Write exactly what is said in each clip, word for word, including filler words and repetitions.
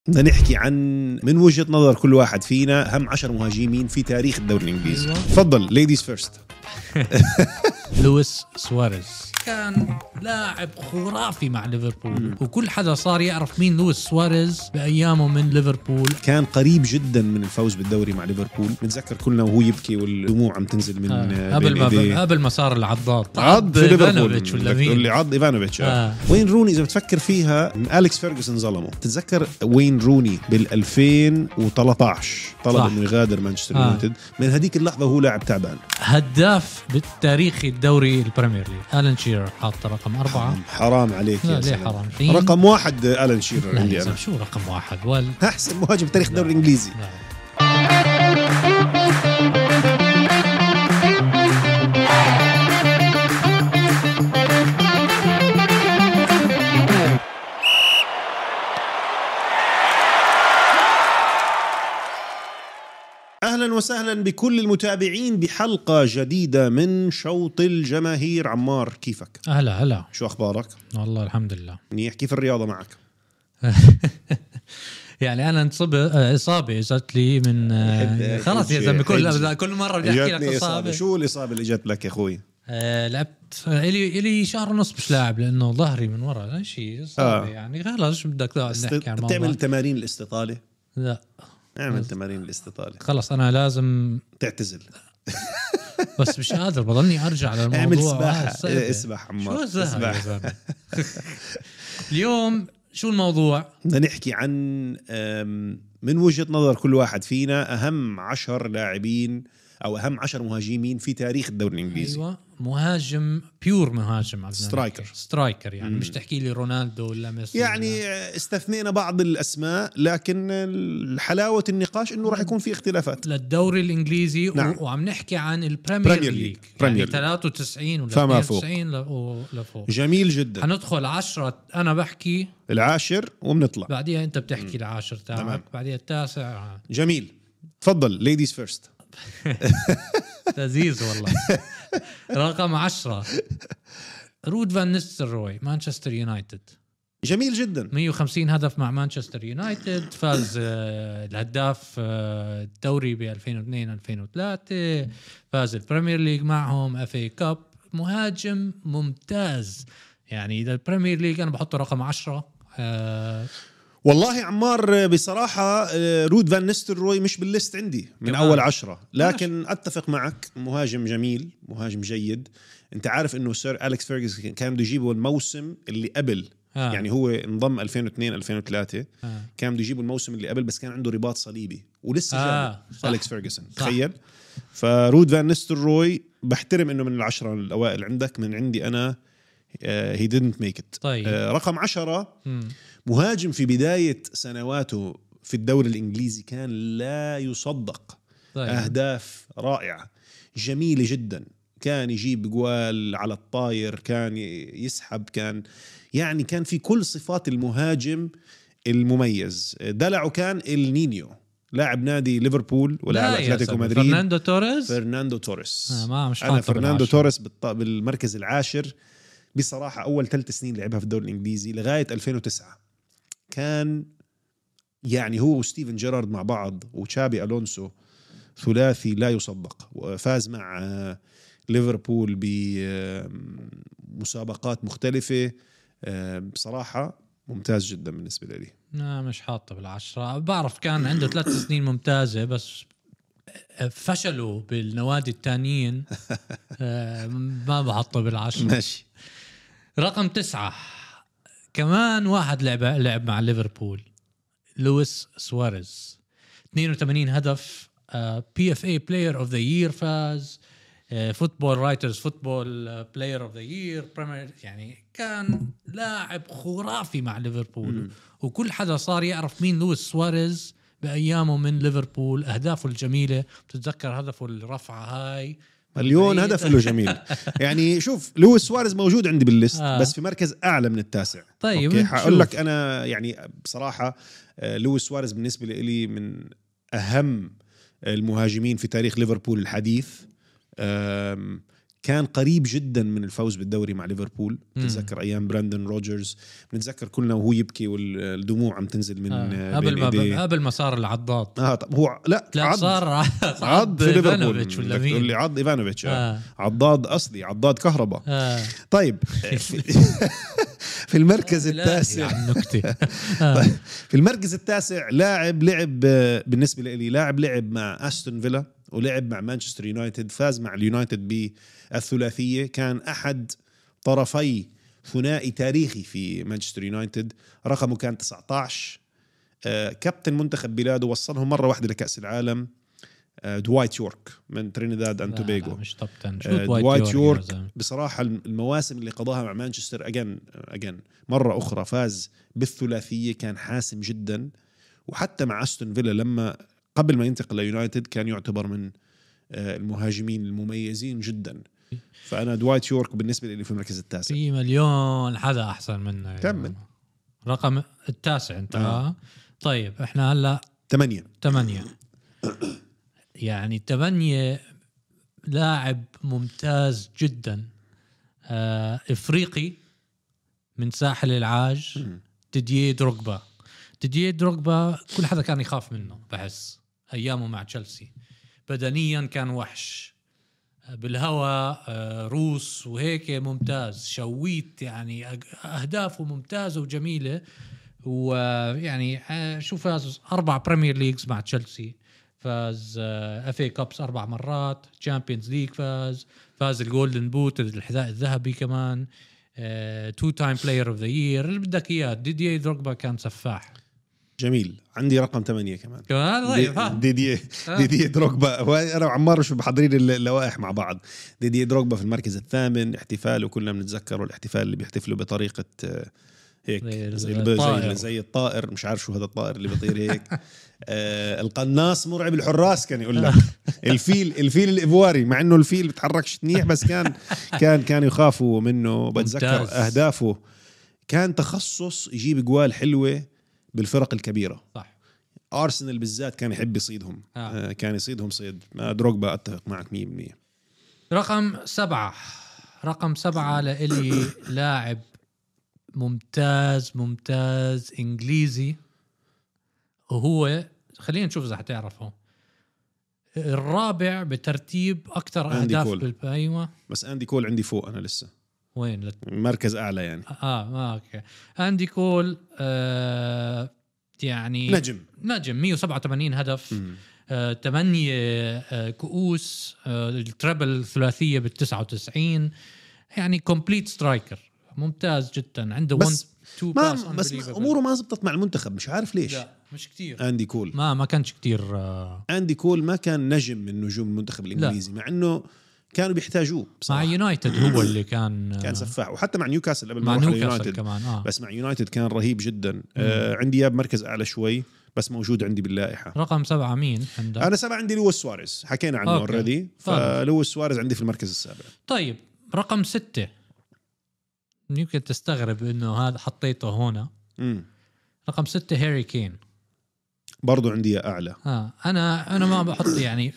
بدنا نحكي عن من وجهة نظر كل واحد فينا أهم عشر مهاجمين في تاريخ الدوري الإنجليزي. تفضل ليديز فيرست. لويس سواريز كان لاعب خرافي مع ليفربول، م. وكل حدا صار يعرف مين لويس سواريز بأيامه من ليفربول. كان قريب جدا من الفوز بالدوري مع ليفربول، بنتذكر كلنا وهو يبكي والدموع عم تنزل من آه. قبل ما قبل ما صار العضاد عض ايفانوفيتش ولا مين اللي عض ايفانوفيتش. آه. وين روني إذا بتفكر فيها أليكس فيرغسون ظلمه. تتذكر وين روني بالألفين وثلاثة عشر طلب انه يغادر مانشستر يونايتد. آه. من هذيك اللحظة هو لاعب تعبان. هداف بالتاريخ الدوري البريمير ليج ألان شيرر حاط رقم أربعة. حرام عليك يا ليه حرام؟ رقم واحد ألان شيرر عندي أنا. شو رقم واحد؟ وال أحسن مهاجم في تاريخ الدوري الإنجليزي. أهلا وسهلا بكل المتابعين بحلقة جديدة من شوط الجماهير. عمار كيفك؟ أهلا هلا، شو أخبارك؟ والله الحمد لله منيح. كيف الرياضة معك؟ يعني أنا انصب إصابة إجت لي من خلاص يا زلمة، كل كل مرة بدي أحكي لك إصابة. شو الإصابة اللي جت لك يا أخوي؟ آه لعبت إلي إلي شهر ونص مش لاعب لأنه ظهري من ورا شيء إصابة. آه. يعني خلاص شو بدك است... نحكي عن الموضوع. تعمل تمارين الاستطالة؟ لا اعمل تمارين الاستطالة. خلاص أنا لازم تعتزل. بس مش قادر، بضلني أرجع للموضوع. اعمل سباحة. اسبح عمار. شو اسبح. اليوم شو الموضوع؟ بدنا نحكي عن من وجهة نظر كل واحد فينا أهم عشر لاعبين أو أهم عشر مهاجمين في تاريخ الدوري الإنجليزي. أيوة. مهاجم بيور، مهاجم سترايكر سترايكر يعني. مم. مش تحكي لي رونالدو ولا ميسي يعني ولا. استثنينا بعض الأسماء، لكن الحلاوة النقاش إنه راح يكون في اختلافات للدوري الإنجليزي. نعم. وعم نحكي عن البريمير ليج يعني ثلاثة وتسعين ولا اثنين وتسعين لفوق. جميل جدا. هندخل عشرة، أنا بحكي العاشر وبنطلع بعديها أنت بتحكي العاشر تاعك، بعديها التاسع. جميل. تفضل ليديز فيرست. لذيذ والله. رقم عشرة رود فان نيستلروي، مانشستر يونايتد. جميل جدا. مية وخمسين هدف مع مانشستر يونايتد. فاز الهداف الدوري ب ألفين واثنين ألفين وثلاثة. فاز البريمير ليج معهم، اف اي كاب. مهاجم ممتاز يعني. إذا البريمير ليج أنا بحطه رقم عشرة. أه والله عمار بصراحة رود فان نيستلروي مش بالليست عندي من أول عشرة، لكن أتفق معك. مهاجم جميل، مهاجم جيد. أنت عارف إنه سير أليكس فيرغسون كان بده يجيبه الموسم اللي قبل. آه. يعني هو انضم ألفين واثنين ألفين وثلاثة. آه. كان بده يجيبه الموسم اللي قبل، بس كان عنده رباط صليبي ولسه آه. جاب أليكس فيرغسون. تخيل. فرود فان نيستلروي بحترم إنه من العشرة الأوائل عندك. من عندي أنا uh, he didn't make it. طيب. uh, رقم عشرة. م. مهاجم في بداية سنواته في الدوري الإنجليزي كان لا يصدق. طيب. أهداف رائعة جميلة جدا. كان يجيب جوال على الطاير، كان يسحب، كان يعني كان في كل صفات المهاجم المميز. دلعه كان النينيو، لاعب نادي ليفربول ولاعب أتلتيكو مدريد. فرناندو توريس. فرناندو توريس. آه ما مش أنا فرناندو توريس بالمركز العاشر بصراحة. أول ثلاث سنين لعبها في الدوري الإنجليزي لغاية ألفين وتسعة كان يعني هو وستيفن جيرارد مع بعض وتشابي ألونسو ثلاثي لا يصدق. وفاز مع ليفربول بمسابقات مختلفة. بصراحة ممتاز جدا بالنسبة لي. لا مش حاطه بالعشرة. بعرف كان عنده ثلاث سنين ممتازة، بس فشلوا بالنوادي التانيين. ما بحطه بالعشرة. ماشي. رقم تسعة كمان واحد لعب لعب مع ليفربول، لويس سواريز. اثنين وثمانين هدف. بي اف اي بلاير اوف ذا يير فاز. فوتبول رايترز فوتبول بلاير اوف ذا يير بريمير. يعني كان لاعب خرافي مع ليفربول. م. وكل حدا صار يعرف مين لويس سواريز بأيامه من ليفربول. أهدافه الجميلة، بتتذكر هدفه الرفعة هاي مليون هدف له جميل. يعني شوف لويس سواريز موجود عندي بالليست. آه. بس في مركز أعلى من التاسع. طيب هقول لك أنا يعني بصراحة لويس سواريز بالنسبة لي من أهم المهاجمين في تاريخ ليفربول الحديث. كان قريب جدا من الفوز بالدوري مع ليفربول. بتتذكر ايام براندن روجرز، بنتذكر كلنا وهو يبكي والدموع عم تنزل من آه. قبل ما قبل ما صار العضاد. اه طب هو لا, لا عض صار عض, عض في ليفربول. ولا مين؟ تقول لي عض ايفانوفيتش. آه. آه. عضاد اصلي، عضاد كهرباء. آه. طيب في, في المركز التاسع آه. في المركز التاسع لاعب لعب بالنسبه لي لاعب لعب مع أستون فيلا ولعب مع مانشستر يونايتد، فاز مع اليونايتد بالثلاثيه، كان احد طرفي ثنائي تاريخي في مانشستر يونايتد، رقمه كان تسعة عشر، آه كابتن منتخب بلاده، وصلهم مره واحده لكأس العالم، آه دوايت يورك من ترينيداد اند توباغو. مش توب عشرة. آه دوايت يورك, يورك بصراحه المواسم اللي قضاها مع مانشستر اجن اجن مره اخرى فاز بالثلاثيه، كان حاسم جدا. وحتى مع أستون فيلا لما قبل ما ينتقل ليونايتد كان يعتبر من المهاجمين المميزين جدا. فأنا دوايت يورك بالنسبة لي في المركز التاسع. في مليون حدا أحسن منه. كمل رقم التاسع أنت. آه. طيب إحنا هلا ثمانية ثمانية يعني ثمانية لاعب ممتاز جدا، آه إفريقي من ساحل العاج، ديدييه دروغبا. ديدييه دروغبا كل حدا كان يخاف منه، بحس أيامه مع تشيلسي بدنيا كان وحش، بالهواء روس وهيك ممتاز، شويت يعني أهدافه ممتازة وجميلة. ويعني شو فاز أربع بريمير ليجز مع تشيلسي، فاز اف اي كابس أربع مرات، تشامبيونز ليج فاز فاز الجولدن بوت الحذاء الذهبي كمان، تو تايم بلاير اوف ذا يير. اللي بدك اياه ديدييه دروغبا كان سفاح. جميل. عندي رقم ثمانية كمان كمان. دي ديدييه ديدييه دروغبا. أنا وعمار شو محضرين اللوائح مع بعض. ديدييه دروغبا في المركز الثامن، احتفاله كلنا بنتذكره، الاحتفال اللي بيحتفلوا بطريقة هيك زي, زي, زي, زي الطائر، مش عارف شو هذا الطائر اللي بيطير هيك. آه القناص مرعب الحراس كان يقول لك. الفيل الفيل الإبواري، مع إنه الفيل بتحركش منيح بس كان كان كان يخافوا منه. بتذكر أهدافه كان تخصص يجيب جوال حلوة بالفرق الكبيرة. صح. أرسنال بالذات كان يحب يصيدهم. آه. آه كان يصيدهم صيد. ما دروغبا أتفق معك مية بالمية. رقم سبعة رقم سبعة لإلي لاعب ممتاز ممتاز إنجليزي، وهو خلينا نشوف إذا هتعرفه، الرابع بترتيب أكتر أهداف بالبايمة. بس أندي كول عندي فوق أنا لسه. وين لت... مركز أعلى يعني. آه ما أوكي. أندي كول آه يعني نجم نجم مية وسبعة وثمانين هدف، آه، ثمانية آه، كؤوس، آه، التربل ثلاثية بالتسعة وتسعين، يعني كومبليت سترايكر ممتاز جدا. عنده بس ما بس أموره ما زبطت مع المنتخب، مش عارف ليش. لا مش كتير. أندي كول ما ما كانش كتير. آه أندي كول ما كان نجم من نجوم المنتخب الإنجليزي، مع إنه كانوا بيحتاجوه بصراحة. مع يونايتد هو اللي كان كان سفاح، وحتى مع نيوكاسل قبل ما يروح يونايتد كمان. آه. بس مع يونايتد كان رهيب جدا. آه عندي ياب مركز أعلى شوي بس موجود عندي باللائحة. رقم سبعة مين عندك؟ أنا سبعة عندي لويس سواريز، حكينا عنه أوريدي، فلويس سواريز عندي في المركز السابع. طيب رقم ستة يمكن تستغرب إنه هذا حطيته هنا. مم. رقم ستة هاري كين، برضو عندي أعلى. آه أنا أنا ما بحط يعني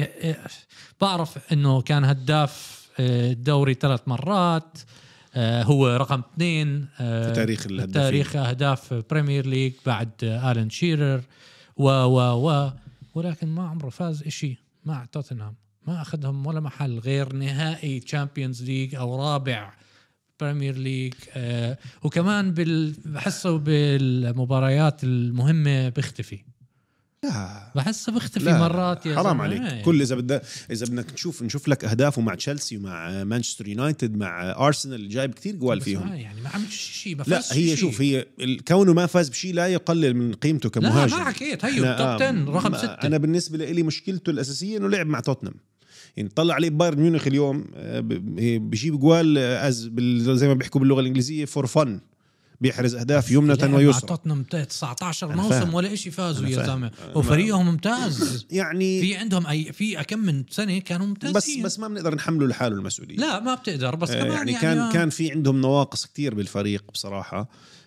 بعرف إنه كان هداف الدوري ثلاث مرات، هو رقم اثنين في تاريخ تاريخ أهداف بريمير ليج بعد آلان شيرر و و و ولكن ما عمره فاز إشي مع توتنهام، ما أخذهم ولا محل غير نهائي تشامبيونز ليج أو رابع بريمير ليج. آه وكمان بال... بحسه بالمباريات المهمة بيختفي. لا بحسه بيختفي مرات. يا حرام عليك. يعني. كل إذا بدنا إذا بدنا نشوف نشوف لك أهدافه مع تشيلسي ومع مانشستر يونايتد مع أرسنال جايب كتير جوال فيهم. يعني ما عملش شيء. لا هي شي. شوف هي كونه ما فاز بشيء لا يقلل من قيمته كمهاجم. لا ما حكيت هيو توب عشرة رقم ستة. أنا بالنسبة لي مشكلته الأساسية إنه لعب مع توتنهام. يعني طلع عليه بايرن ميونخ اليوم بيجيب جوال أز زي ما بيحكوا باللغة الإنجليزية فور فن، بيحرز أهداف يمنة ويسرى. توتنهام تسعة عشر موسم ولا إشي فازوا يا زلمة، وفريقهم ممتاز. يعني في عندهم أي في أكم من سنة كانوا ممتازين. بس بس ما بنقدر نحمله لحاله المسؤولية. لا ما بتقدر. بس كمان يعني, يعني كان يعني كان في عندهم نواقص كتير بالفريق بصراحة.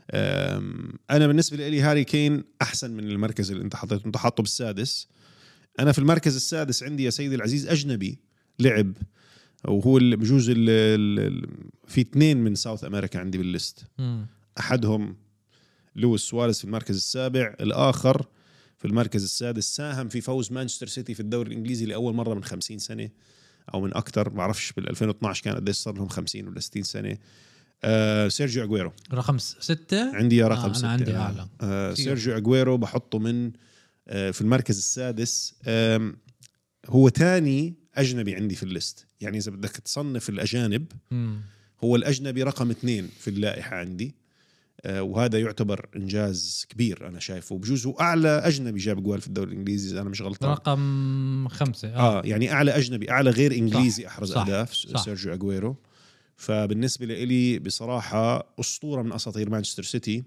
أنا بالنسبة لي هاري كين أحسن من المركز اللي أنت حطيته. أنت حاطه بالسادس، أنا في المركز السادس عندي يا سيدي العزيز أجنبي لعب وهو اللي بجوز ال ال في اثنين من ساوث أمريكا عندي بالليست. مم. أحدهم لويس سواريز في المركز السابع، الآخر في المركز السادس ساهم في فوز مانشستر سيتي في الدوري الإنجليزي لأول مرة من خمسين سنة أو من أكتر، ما بعرفش بال ألفين واثناشر كان قديش صار لهم خمسين ولا ستين سنة. آه سيرجيو أغويرو رقم ستة عندي يا رقم آه ستة. أنا عندي أعلى. آه سيرجيو أغويرو بحطه من آه في المركز السادس. آه هو تاني أجنبي عندي في الليست، يعني إذا بدك تصنف الأجانب مم. هو الأجنبي رقم اثنين في اللائحة عندي. آه وهذا يعتبر إنجاز كبير أنا شايفه، بجوز هو أعلى أجنبي جاب جوال في الدوري الإنجليزي إذا أنا مش غلطان. رقم خمسة آه, آه يعني أعلى أجنبي، أعلى غير إنجليزي صح. أحرز صح. أهداف صح. سيرجيو أغويرو. فبالنسبة لي بصراحة أسطورة من أساطير مانشستر سيتي.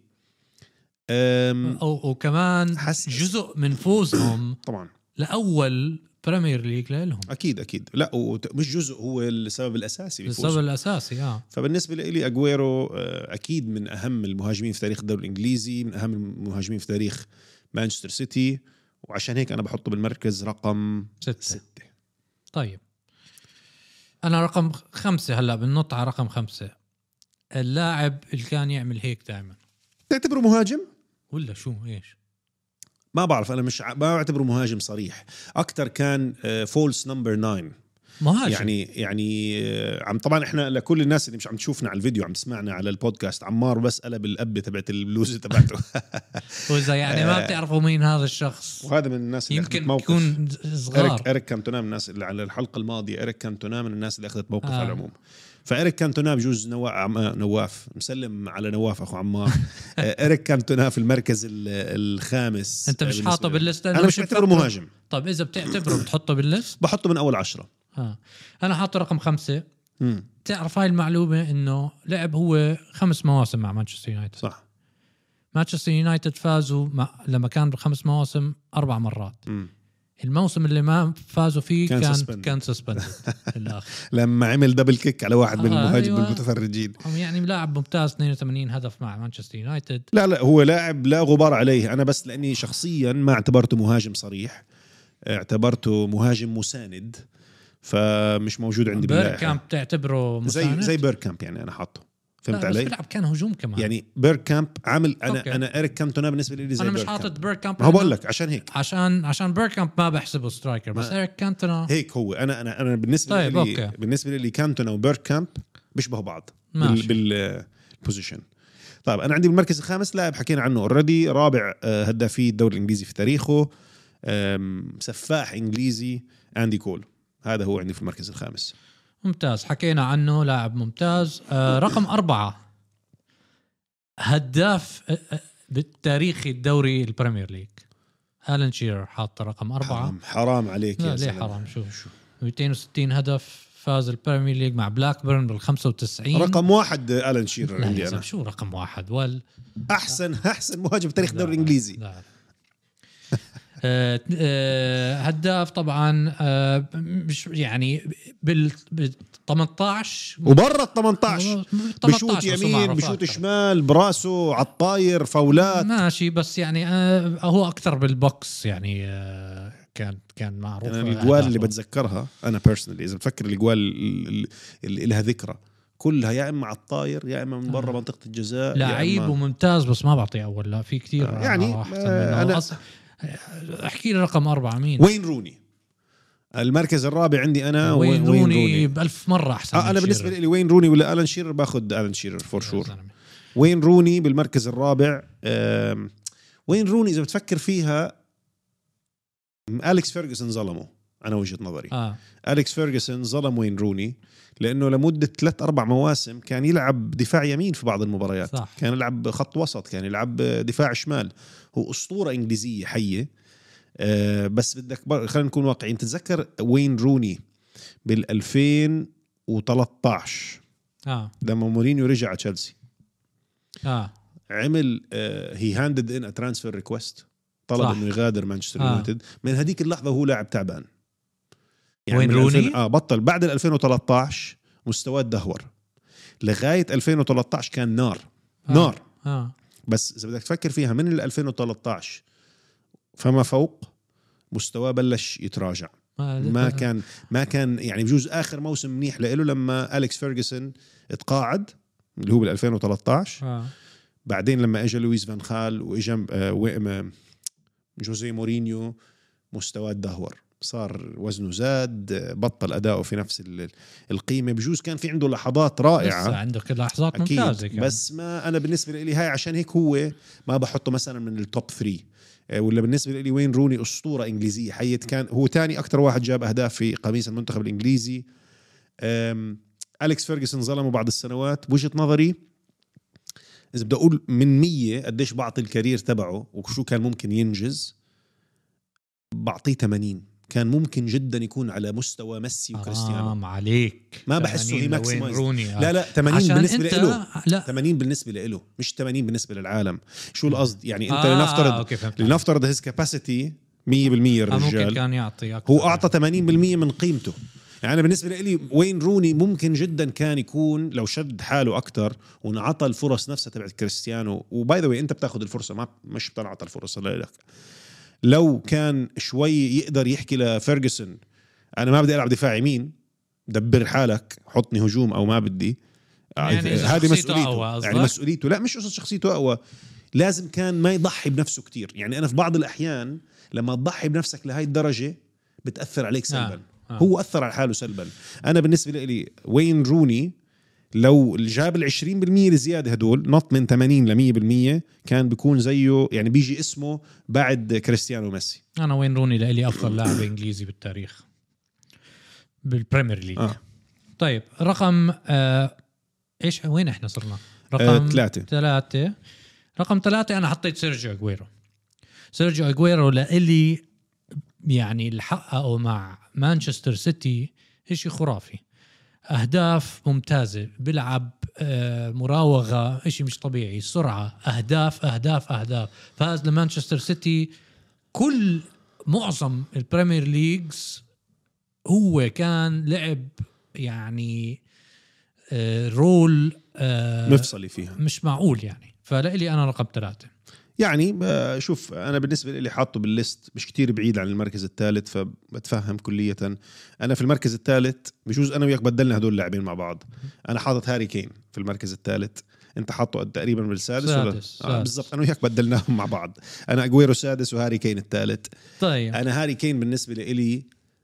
أو وكمان حس... جزء من فوزهم طبعا لأول بريمير ليج لهم. أكيد أكيد لا مش جزء، هو السبب الأساسي السبب الأساسي. آه. فبالنسبة لي أغويرو أكيد من أهم المهاجمين في تاريخ الدوري الإنجليزي، من أهم المهاجمين في تاريخ مانشستر سيتي، وعشان هيك أنا بحطه بالمركز رقم ستة. ستة. طيب أنا رقم خمسة، هلأ بننط على رقم خمسة. اللاعب اللي كان يعمل هيك دائما. تعتبره مهاجم ولا شو إيش؟ ما بعرف، أنا مش ما أعتبره مهاجم صريح، أكتر كان فولس نمبر ناين مهاجم. يعني يعني عم طبعا احنا لكل الناس اللي مش عم تشوفنا على الفيديو عم تسمعنا على البودكاست، عمار بس قلب القبة تبعت البلوزة تبعته. وإذا يعني ما بتعرفوا مين هذا الشخص، وهذا من الناس اللي يمكن موقف. يكون صغار. إريك إريك كانتونا من الناس اللي على الحلقة الماضية، إريك كانتونا من الناس اللي أخذت موقف آه. على العموم. فإريك كانتونا بجوز نوا... نواف مسلم على نواف أخو عمار. إريك كانتونا في المركز الخامس. أنت مش حاطه بالليست؟ أنا مش بعتبره مهاجم. طب إذا بتعتبره بتحطه بالليست؟ بحطه من أول عشرة. آه. أنا حاطه رقم خمسة. مم. تعرف هاي المعلومة إنه لعب هو خمس مواسم مع مانشستر يونايتد. صح. مانشستر يونايتد فازوا مع... لما كان بخمس مواسم أربع مرات. مم. الموسم اللي ما فازوا فيه كان كان suspended. كان سسبندد الآخر. لما عمل دبل كيك على واحد من آه المهاجم أيوة. المتفرجين. يعني لاعب ممتاز، اثنين وثمانين هدف مع مانشستر يونايتد. لا لا هو لاعب لا غبار عليه، أنا بس لأني شخصيا ما اعتبرته مهاجم صريح، اعتبرته مهاجم مساند، فمش موجود عندي باللائحة. بيركامب تعتبره مساند؟ زي زي بيركامب يعني أنا حاطه، فهمت علي؟ بس بيلعب كان هجوم كمان يعني بيركامب عامل أنا أوكي. أنا إيريك كانتونا بالنسبة لي زي أنا مش بيركامب. حاطط بيركامب، ما هو بقول لك عشان هيك عشان عشان بيركامب ما بحسبه سترايكر، بس إيريك كانتونا هيك هو. أنا أنا أنا بالنسبة طيب لي أوكي. بالنسبة لي كانتونا وبيركامب بيشبهوا بعض بال بالبوزيشن. طيب أنا عندي بالمركز الخامس لاعب حكينا عنه اوريدي، رابع هدافي الدوري الإنجليزي في تاريخه، سفاح إنجليزي، أندي كول. هذا هو عندي في المركز الخامس. ممتاز، حكينا عنه، لاعب ممتاز. آه رقم أربعة، هداف بالتاريخ الدوري البريمير ليج، ألان شيرر، حاط رقم أربعة. حرام, حرام عليك لا يا ليه حرام؟ شو شو مئتين وستين هدف، فاز البريمير ليج مع بلاكبيرن بالخمسة وتسعين. رقم واحد ألان شيرر عندي أنا. شو رقم واحد؟ وال أحسن أحسن مهاجم في تاريخ الدوري الإنجليزي. لا. آه آه هداف طبعا، آه مش يعني بال ثمانية عشر وبرا ال ثمانية عشر بشوت يمين بشوت شمال براسه على الطاير فاولات ماشي، بس يعني آه هو أكثر بالبوكس يعني. آه كان كان معروف. يعني الجوال اللي بتذكرها أنا بيرسونالي إذا بفكر الجوال اللي لها ذكرى كلها يا إما على الطاير يا إما من برا منطقة الجزاء. لعيب وممتاز، بس ما بعطيه أول. لا في كتير آه يعني آه أنا أص... احكي لي رقم أربعة مين؟ وين روني. المركز الرابع عندي أنا وين روني, روني بألف مرة أحسن. آه أنا بالنسبة لي وين روني ولا ألان شيرر، باخد ألان شيرر فور شور. وين روني بالمركز الرابع. وين روني إذا بتفكر فيها أليكس فيرغسون ظلمه، أنا وجهة نظري. آه. أليكس فيرغسون ظلم وين روني لأنه لمدة ثلاث أربع مواسم كان يلعب دفاع يمين في بعض المباريات. صح. كان يلعب خط وسط، كان يلعب دفاع شمال. هو أسطورة إنجليزية حية. أه بس بدك بر... خلينا نكون واقعيين. تتذكر وين روني بالألفين وثلاثة عشر آه. لما مورينيو رجع على تشيلسي. آه. عمل هي هاندد ان ترانسفير ريكوست، طلب انه يغادر مانشستر يونايتد. آه. من هذيك اللحظه هو لاعب تعبان يعني. وين روني اه بطل بعد ألفين وثلاثة عشر مستواه دهور لغايه ألفين وثلاثة عشر كان نار. آه. نار. آه. بس اذا بدك تفكر فيها من ألفين وثلاثة عشر فما فوق مستواه بلش يتراجع. ما كان ما كان يعني بجوز آخر موسم منيح له لما أليكس فيرغسون اتقاعد اللي هو بال ألفين وثلاثة عشر. آه. بعدين لما اجى لويس فان خال واجى آه جوزيه مورينيو مستواه تدهور، صار وزنه زاد، بطل أداؤه في نفس القيمة. بجوز كان في عنده لحظات رائعة، بس عندك لحظات ممتازة كان. بس ما أنا بالنسبة لي هاي عشان هيك هو ما بحطه مثلا من التوب ثري. ولا بالنسبة لي وين روني أسطورة إنجليزية حيت، كان هو تاني أكتر واحد جاب أهداف في قميص المنتخب الإنجليزي. أليكس فيرغسون ظلمه بعض السنوات بوجهة نظري. إذا بدي أقول من مية قديش بعطي الكارير تبعه وشو كان ممكن ينجز، بعطيه ثمانين. كان ممكن جدا يكون على مستوى ميسي وكريستيانو. آه عليك ما بحسه هي ماكسيمايز. آه. لا لا ثمانين بالنسبة له، لا ثمانين بالنسبة له مش ثمانين بالنسبة للعالم. شو القصد يعني؟ أنت آه لنفترض آه لنفترض هيز كاباسيتي مية بالمية الرجال، ممكن كان يعطي أكثر. هو أعطى ثمانين بالمية من قيمته. يعني أنا بالنسبة لي وين روني ممكن جدا كان يكون لو شد حاله أكتر ونعطى الفرص نفسها تبعت كريستيانو. وباي ذا واي أنت بتاخذ الفرصة، ما مش بتنعطى الفرصة لك. لو كان شوي يقدر يحكي لفيرغسون أنا ما بدي ألعب دفاع يمين، دبر حالك، حطني هجوم أو ما بدي، يعني هذه مسؤوليته. يعني مسؤوليته لا مش قصة شخصيته أقوى، لازم كان ما يضحي بنفسه كتير. يعني أنا في بعض الأحيان لما تضحي بنفسك لهاي الدرجة بتأثر عليك سلبا. آه. آه. هو أثر على حاله سلبا. أنا بالنسبة لي وين روني لو جاب العشرين بالمية الزيادة هدول نط من ثمانين لمية بالمية كان بيكون زيه، يعني بيجي اسمه بعد كريستيانو وميسي. أنا وين روني لإلي أفضل لاعب إنجليزي بالتاريخ بالبريمير ليج. آه. طيب رقم آه إيش وين إحنا صرنا؟ رقم آه ثلاثة. ثلاثة رقم ثلاثة أنا حطيت سيرجيو أغويرو. سيرجيو أغويرو لإلي يعني اللي حققه مع مانشستر سيتي إشي خرافي. أهداف ممتازة، بيلعب مراوغة إشي مش طبيعي، سرعة، أهداف أهداف أهداف. فاز لمانشستر سيتي كل معظم البريمير ليجز. هو كان لعب يعني رول مفصلي فيها مش معقول يعني. فلإلي أنا رقم ثلاثة. يعني شوف أنا بالنسبة لي حاطه بالليست مش كتير بعيد عن المركز الثالث، فبتفهم كلية. أنا في المركز الثالث بجوز أنا وياك بدلنا هدول اللاعبين مع بعض. أنا حاطط هاري كين في المركز الثالث، أنت حاطه تقريبا بالسادس ولا آه بالضبط. أنا وياك بدلناهم مع بعض. أنا أغويرو سادس وهاري كين الثالث. طيب أنا هاري كين بالنسبة لي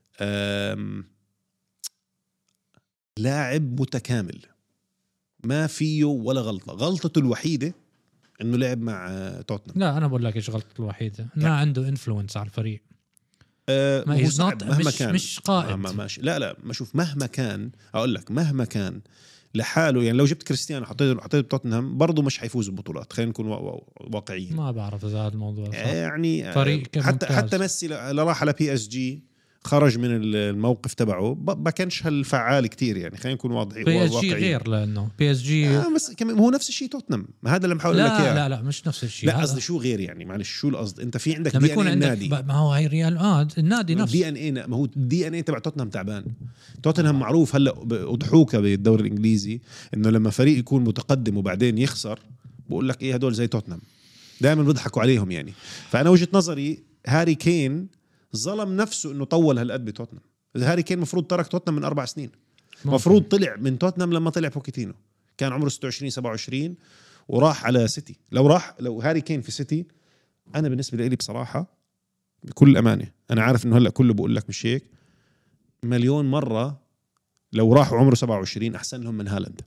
لاعب متكامل ما فيه ولا غلطة. غلطته الوحيدة انه لعب مع توتنهام. لا انا بقول لك ايش غلطته الوحيده، ما يعني عنده انفلونس على الفريق. أه ما هو صعب مهما مش كان مش قائد. آه ما ماشي. لا لا ما شوف مهما كان اقول لك مهما كان لحاله. يعني لو جبت كريستيانو حطيته حطيته توتنهام برضه مش حيفوز ببطولات. خلينا نكون واقعيين. ما بعرف اذا هذا الموضوع صح. يعني فريق حتى حتى ميسي راح على بي اس جي خرج من الموقف تبعه ما كانش هالفعال كتير. يعني خلينا نكون واضحين. بي اس جي غير لانه بي اس جي آه بس كمان هو نفس الشيء توتنهام. هذا اللي بحاول اقول لك اياه. لا لا مش نفس الشيء. لا قصدي شو غير يعني معلش شو القصد. انت في عندك لما دي ان اي النادي ما هو هي ريال اه النادي نفسه دي ان اي. ما هو الدي ان اي تبع توتنهام تعبان. توتنهام معروف هلا اضحوكه بالدوري الانجليزي انه لما فريق يكون متقدم وبعدين يخسر بقول لك ايه هدول زي توتنهام دائما بيضحكوا عليهم يعني. فانا وجهة نظري هاري كين ظلم نفسه انه طول هالقد بتوتنهام. هاري كين مفروض ترك توتنهام من أربع سنين. مفروض طلع من توتنهام لما طلع بوكيتينو كان عمره ستة وعشرين سبعة وعشرين وراح على سيتي. لو راح لو هاري كين في سيتي أنا بالنسبة لي بصراحة بكل أمانة أنا عارف إنه هلأ كله بقول لك مش هيك مليون مرة لو راحوا عمره سبعة وعشرين أحسن لهم من هالاند.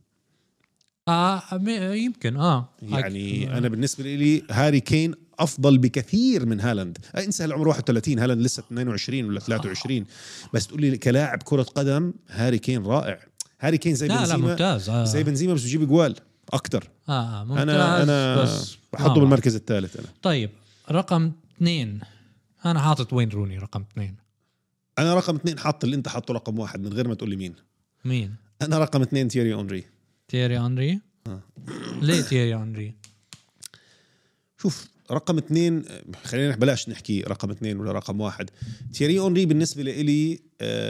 آه يمكن آه يعني آه. أنا بالنسبة لي هاري كين أفضل بكثير من هالاند. انسى العمر واحد وثلاثين هالاند لسه اثنين وعشرين ولا ثلاثة وعشرين. بس تقول لي كلاعب كرة قدم هاري كين رائع. هاري كين زي بنزيما آه. زي بنزيما بس بيجيب جوال أكتر. آه ممتاز. أنا أنا بس بحطه آه. بالمركز الثالث أنا. طيب رقم اثنين أنا حاطط وين روني رقم اثنين. أنا رقم اثنين حاط اللي أنت حطه رقم واحد من غير ما تقول لي مين. مين؟ أنا رقم اثنين تييري أونري. تييري أونري آه. ليه تييري أونري؟ شوف رقم اثنين خلينا بلاش نحكي رقم اثنين ولا رقم واحد. تييري أونري بالنسبة لي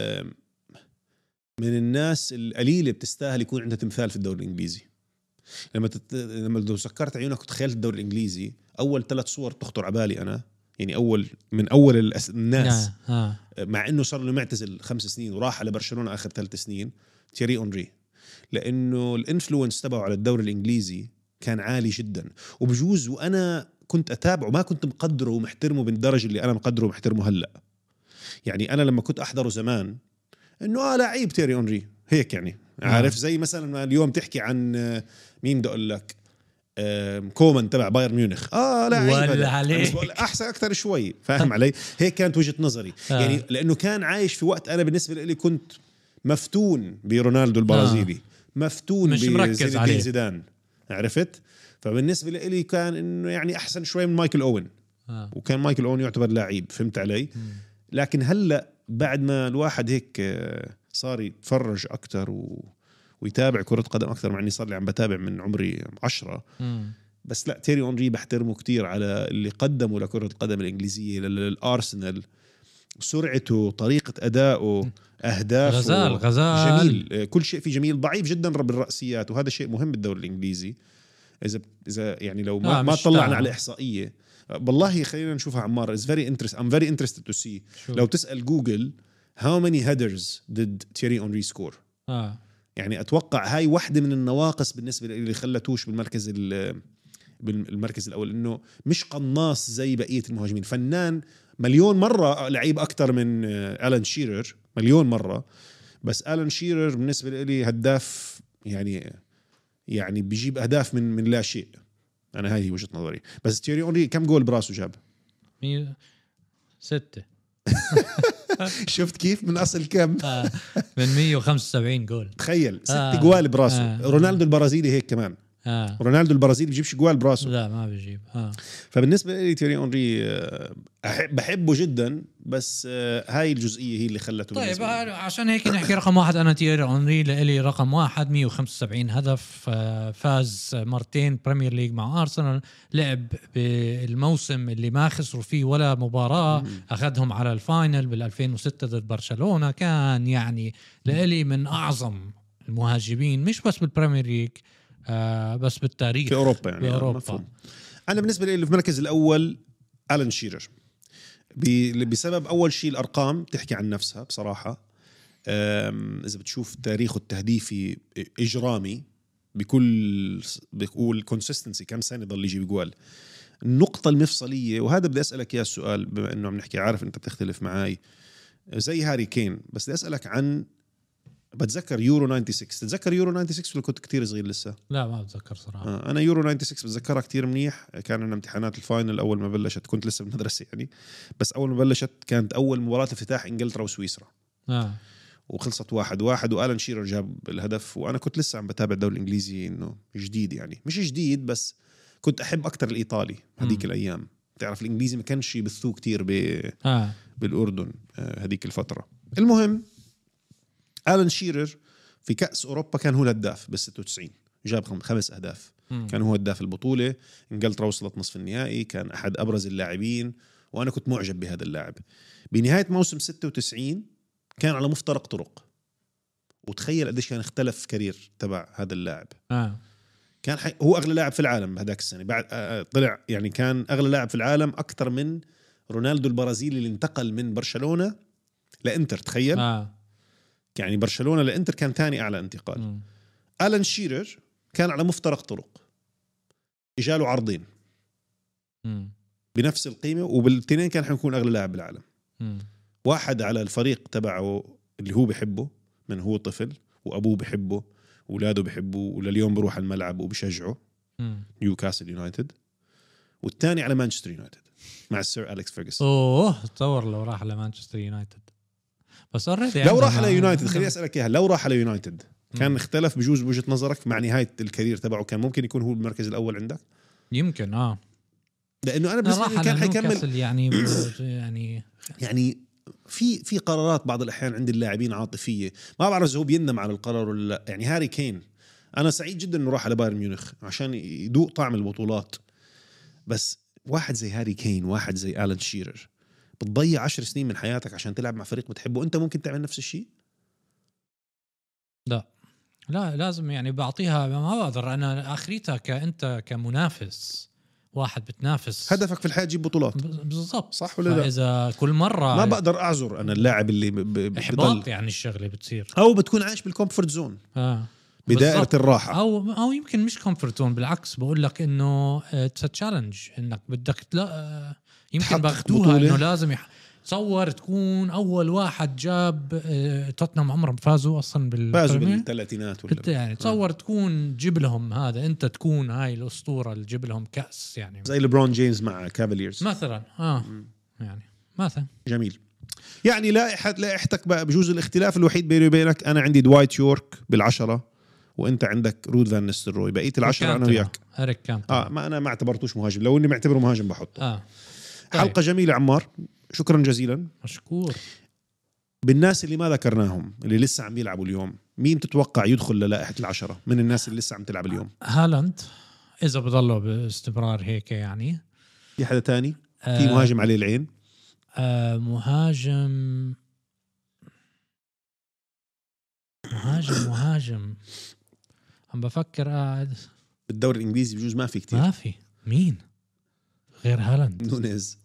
من الناس القليلة بتستاهل يكون عندها تمثال في الدوري الإنجليزي. لما تت... لما لو سكرت عيونك وتخيلت الدوري الإنجليزي أول ثلاث صور تخطر على بالي أنا يعني اول من اول الأس- الناس آه. آه. مع انه صار له معتزل خمس سنين وراح على برشلونه اخر ثلاث سنين، تيري اونري، لانه الانفلونس تبعه على الدوري الانجليزي كان عالي جدا. وبجوز وانا كنت اتابعه ما كنت مقدره ومحترمه بالدرجه اللي انا مقدره ومحترمه هلا. يعني انا لما كنت احضره زمان انه اه لعيب تيري اونري هيك يعني عارف، زي مثلا اليوم تحكي عن مين بدي اقول لك كومان تبع بايرن ميونخ، اه لعيب ولا عليك احسن اكثر شوي، فاهم علي؟ هيك كانت وجهة نظري. آه. يعني لانه كان عايش في وقت انا بالنسبه لي كنت مفتون برونالدو البرازيلي، آه. مفتون مش مركز عليه زيدان، عرفت؟ فبالنسبه لي كان انه يعني احسن شوي من مايكل اوين، آه. وكان مايكل اوين يعتبر لاعب، فهمت علي؟ م. لكن هلا بعد ما الواحد هيك صار يتفرج اكثر و... ويتابع كرة قدم أكثر، مع إني صار لي عم بتابع من عمري عشرة، مم. بس لا تيري أونري بحترمه كتير على اللي قدمه لكرة القدم الإنجليزية للأرسنال، سرعته، طريقة أدائه، أهدافه، غزال غزال جميل، كل شيء فيه جميل. ضعيف جدا بالرأسيات، وهذا شيء مهم بالدوري الإنجليزي. إذا إذا يعني لو ما, آه ما طلعنا على إحصائية والله خلينا نشوفها عمار. is very interesting I'm very interested to see شو. لو تسأل جوجل how many headers did Thierry Henry score آه. يعني أتوقع هاي واحدة من النواقص بالنسبة اللي خلتوش بالمركز بالمركز الأول، إنه مش قناص زي بقية المهاجمين، فنان مليون مرة لعيب أكتر من آلان شيرر مليون مرة، بس آلان شيرر بالنسبة لي هداف يعني يعني بيجيب أهداف من من لا شيء. أنا هاي هي وجهة نظري. بس تيري أونري كم جول براسه جاب؟ مية ستة. شفت كيف من أصل كم؟ آه. من مية وخمسة وسبعين جول، تخيل ست آه. جوال براسه. آه. رونالدو البرازيلي هيك كمان. آه. رونالدو البرازيلي بيجيبش جوال براسه، لا ما بيجيب. آه. فبالنسبة لي تيري أونري أحب بحبه جدا، بس هاي الجزئية هي اللي خلته. طيب عشان هيك نحكي رقم واحد. أنا تيري أونري لإلي رقم واحد، مية وخمسة وسبعين هدف، فاز مرتين بريمير ليج مع أرسنال، لعب بالموسم اللي ما خسروا فيه ولا مباراة، أخذهم على الفاينل بالألفين وستة ضد برشلونة. كان يعني لإلي من أعظم المهاجمين مش بس بالبريمير ليج آه بس بالتاريخ في أوروبا يعني. بأوروبا. أنا بالنسبة لي في المركز الأول آلان شيرر، بسبب أول شيء الأرقام تحكي عن نفسها بصراحة. إذا بتشوف تاريخه التهديفي إجرامي بكل بقول كونسيستنسي، كم سنة ضل يجيب جوال. النقطة المفصلية، وهذا بدي أسألك يا السؤال بما أنه عم نحكي، عارف أنت بتختلف معاي زي هاري كين، بس بدي أسألك عن بتذكر يورو ستة وتسعين. تتذكر يورو ستة وتسعين ولا كنت كتير صغير لسه؟ لا ما بتذكر صراحة. آه أنا يورو ستة وتسعين بتذكرها كتير منيح. كان لنا امتحانات الفاينل أول ما بلشت، كنت لسه بالمدرسة يعني، بس أول ما بلشت كانت أول مباراة افتتاح إنجلترا وسويسرا. آه. وخلصت واحد واحد وآلان شيرر جاب الهدف، وأنا كنت لسه عم بتابع الدوري الإنجليزي إنه جديد يعني، مش جديد بس كنت أحب أكتر الإيطالي هذيك الأيام. تعرف الإنجليزي ما كانش يبثوه كتير ب... آه. بالأردن هذيك الفترة. المهم آلان شيرر في كأس أوروبا كان هو الهداف بالستة وتسعين، جاب خمس أهداف. مم. كان هو هداف البطولة. إنجلترا وصلت نصف النهائي، كان أحد أبرز اللاعبين، وأنا كنت معجب بهذا اللاعب. بنهاية موسم ستة وتسعين كان على مفترق طرق، وتخيل قديش كان اختلف كارير تبع هذا اللاعب. آه. كان حي... هو أغلى لاعب في العالم بهداك السنة، بعد آه طلع يعني كان أغلى لاعب في العالم أكتر من رونالدو البرازيلي اللي انتقل من برشلونة لإنتر. تخيل. آه. يعني برشلونة لإنتر كان تاني أعلى انتقال. م. آلان شيرر كان على مفترق طرق، إجاله عرضين م. بنفس القيمة، وبالتنين كان حيكون أغلى لاعب بالعالم. م. واحد على الفريق تبعه اللي هو بحبه من هو طفل، وأبوه بحبه، وولاده بحبه، ولليوم بروح الملعب وبشجعه، نيوكاسل يونايتد. والتاني على مانشستر يونايتد مع السير أليكس فيرغسون. أوه تصور لو راح على مانشستر يونايتد. بس لو راح على يونايتد، خليني أسألك إياها، لو راح على يونايتد كان اختلف بجوز بوجهة نظرك مع نهاية الكارير تبعه؟ كان ممكن يكون هو المركز الأول عندك؟ يمكن آه لأنه أنا بالنسبة لي كان حيكمل يعني يعني يعني في في قرارات بعض الأحيان عند اللاعبين عاطفية، ما بعرف إذا هو بيندم على القرار ولا لا. يعني هاري كين أنا سعيد جدا إنه راح على بايرن ميونخ عشان يدوق طعم البطولات، بس واحد زي هاري كين، واحد زي آلان شيرر، بتضيع عشر سنين من حياتك عشان تلعب مع فريق بتحبه. أنت ممكن تعمل نفس الشيء؟ لا لا لازم يعني بعطيها، ما بقدر أنا آخريتها كأنت كمنافس واحد بتنافس. هدفك في الحياه تجيب بطولات بالضبط، صح ولا لا؟ اذا كل مره ما بقدر اعذر انا اللاعب اللي ب... ب... احباط بضل يعني الشغله بتصير، او بتكون عايش بالكومفورت زون اه بدائره بالضبط. الراحه، او او يمكن مش كومفورت زون، بالعكس بقول لك انه اتس تشالنج انك بدك تلا يمكن باخدوها انه لازم يح... تصور تكون اول واحد جاب اه توتنهام عمرهم فازوا اصلا بال فازوا بالثلاثينات ولا يعني تصور تكون جيب لهم هذا، انت تكون هاي الاسطوره اللي جيب لهم كاس يعني زي ليبرون جيمس مع كافاليرز مثلا اه م. يعني مثلا جميل. يعني لائحه لائحتك بقى بجوز الاختلاف الوحيد بيني وبينك، انا عندي دوايت يورك بالعشرة وانت عندك رود فان نيستلروي، بقيه العشرة انا وياك. هريك كانتر اه ما انا ما اعتبرتوش مهاجم، لو اني معتبره مهاجم بحطه. اه طيب. حلقه جميله عمار، شكرا جزيلا. مشكور. بالناس اللي ما ذكرناهم اللي لسه عم يلعبوا اليوم، مين تتوقع يدخل للائحه العشرة من الناس اللي لسه عم تلعب اليوم؟ هالاند اذا بضلوا باستمرار هيك يعني. في حدا تاني؟ آه في مهاجم عليه العين؟ آه مهاجم مهاجم مهاجم عم بفكر قاعد بالدوري الانجليزي بجوز ما في كتير. ما في مين غير هالاند؟ نونيز.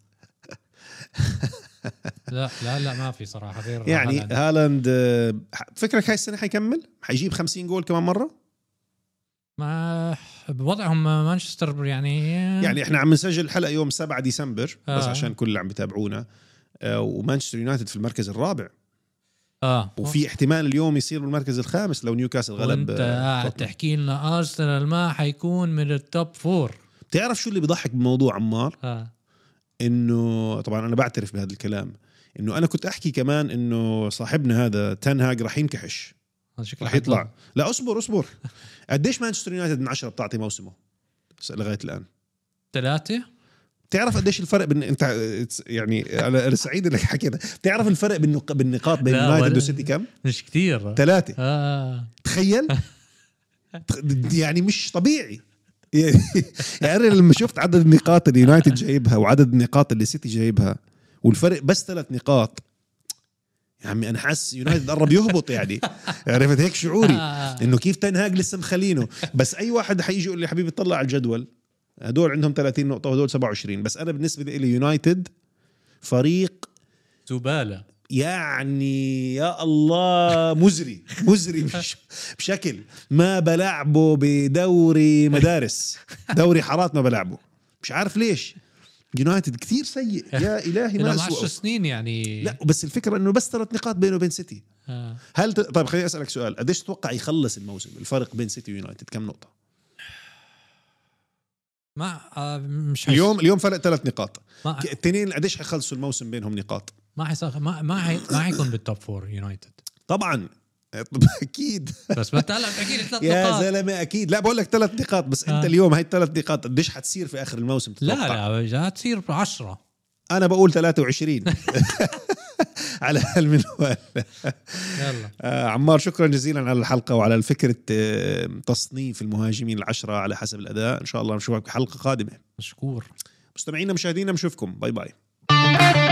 لا لا لا ما في صراحه غير يعني هالاند. هالاند فكرك هاي السنه حيكمل حيجيب خمسين جول كمان مره؟ ما بوضعهم مانشستر يعني يعني احنا عم نسجل الحلقه يوم سبعة ديسمبر آه. بس عشان كل اللي عم بتابعونا آه ومانشستر يونايتد في المركز الرابع اه وفي احتمال اليوم يصير بالمركز الخامس لو نيوكاسل غلب. وانت قاعد تحكي لنا ارسنال ما حيكون من التوب فور. بتعرف شو اللي بيضحك بالموضوع عمار؟ آه. انه طبعا انا بعترف بهذا الكلام، انه انا كنت احكي كمان انه صاحبنا هذا تنهاج راح ينكحش راح يطلع. لا اصبر اصبر قديش مانشستر يونايتد من عشرة بتعطي موسمه لغايه الان؟ ثلاثة. بتعرف قديش الفرق بين انت يعني انا سعيد انك حكيت، بتعرف الفرق بالنقاط بين يونايتد وسيتي كم؟ مش كتير. ثلاثة. آه. تخيل. يعني مش طبيعي يعني, يعني لما شفت عدد النقاط اللي يونايتد جايبها وعدد النقاط اللي سيتي جايبها والفرق بس ثلاث نقاط، يا عمي انا حاسس يونايتد قرب يهبط يعني. عرفت هيك شعوري انه كيف تنهاج لسه مخلينه. بس اي واحد حيجي يقول لي حبيبي طلع على الجدول، هدول عندهم ثلاثين نقطة وهدول سبعة وعشرين، بس انا بالنسبة لي يونايتد فريق زبالة يعني يا الله مزري مزري مش بشكل ما بلعبه بدوري مدارس دوري حارات ما بلعبه، مش عارف ليش يونايتد كثير سيء يا إلهي. ما أسوأ عشر سنين يعني. لا بس الفكرة إنه بس ثلاث نقاط بينه وبين سيتي. آه. هل ت... طيب خليني أسألك سؤال، قديش تتوقع يخلص الموسم الفرق بين سيتي ويونايتد كم نقطة؟ ما آه مش اليوم اليوم فرق ثلاث نقاط، ما... التنين قديش حيخلصوا الموسم بينهم نقاط؟ ما حيصير ما ما حي... ما حيكون بالتوب فور يونايتد طبعا اكيد. بس بتقلق اكيد ثلاث نقاط يا زلمه اكيد. لا بقول لك ثلاث نقاط بس آه. انت اليوم هاي الثلاث نقاط قديش حتصير في اخر الموسم تتوقع؟ لا لا تصير بعشرة. انا بقول ثلاثة وعشرين. على المنوال. يلا آه عمار شكرا جزيلا على الحلقه وعلى الفكره آه تصنيف المهاجمين العشرة على حسب الاداء. ان شاء الله نشوفك بحلقه قادمه. مشكور مستمعينا مشاهدينا، نشوفكم. باي باي.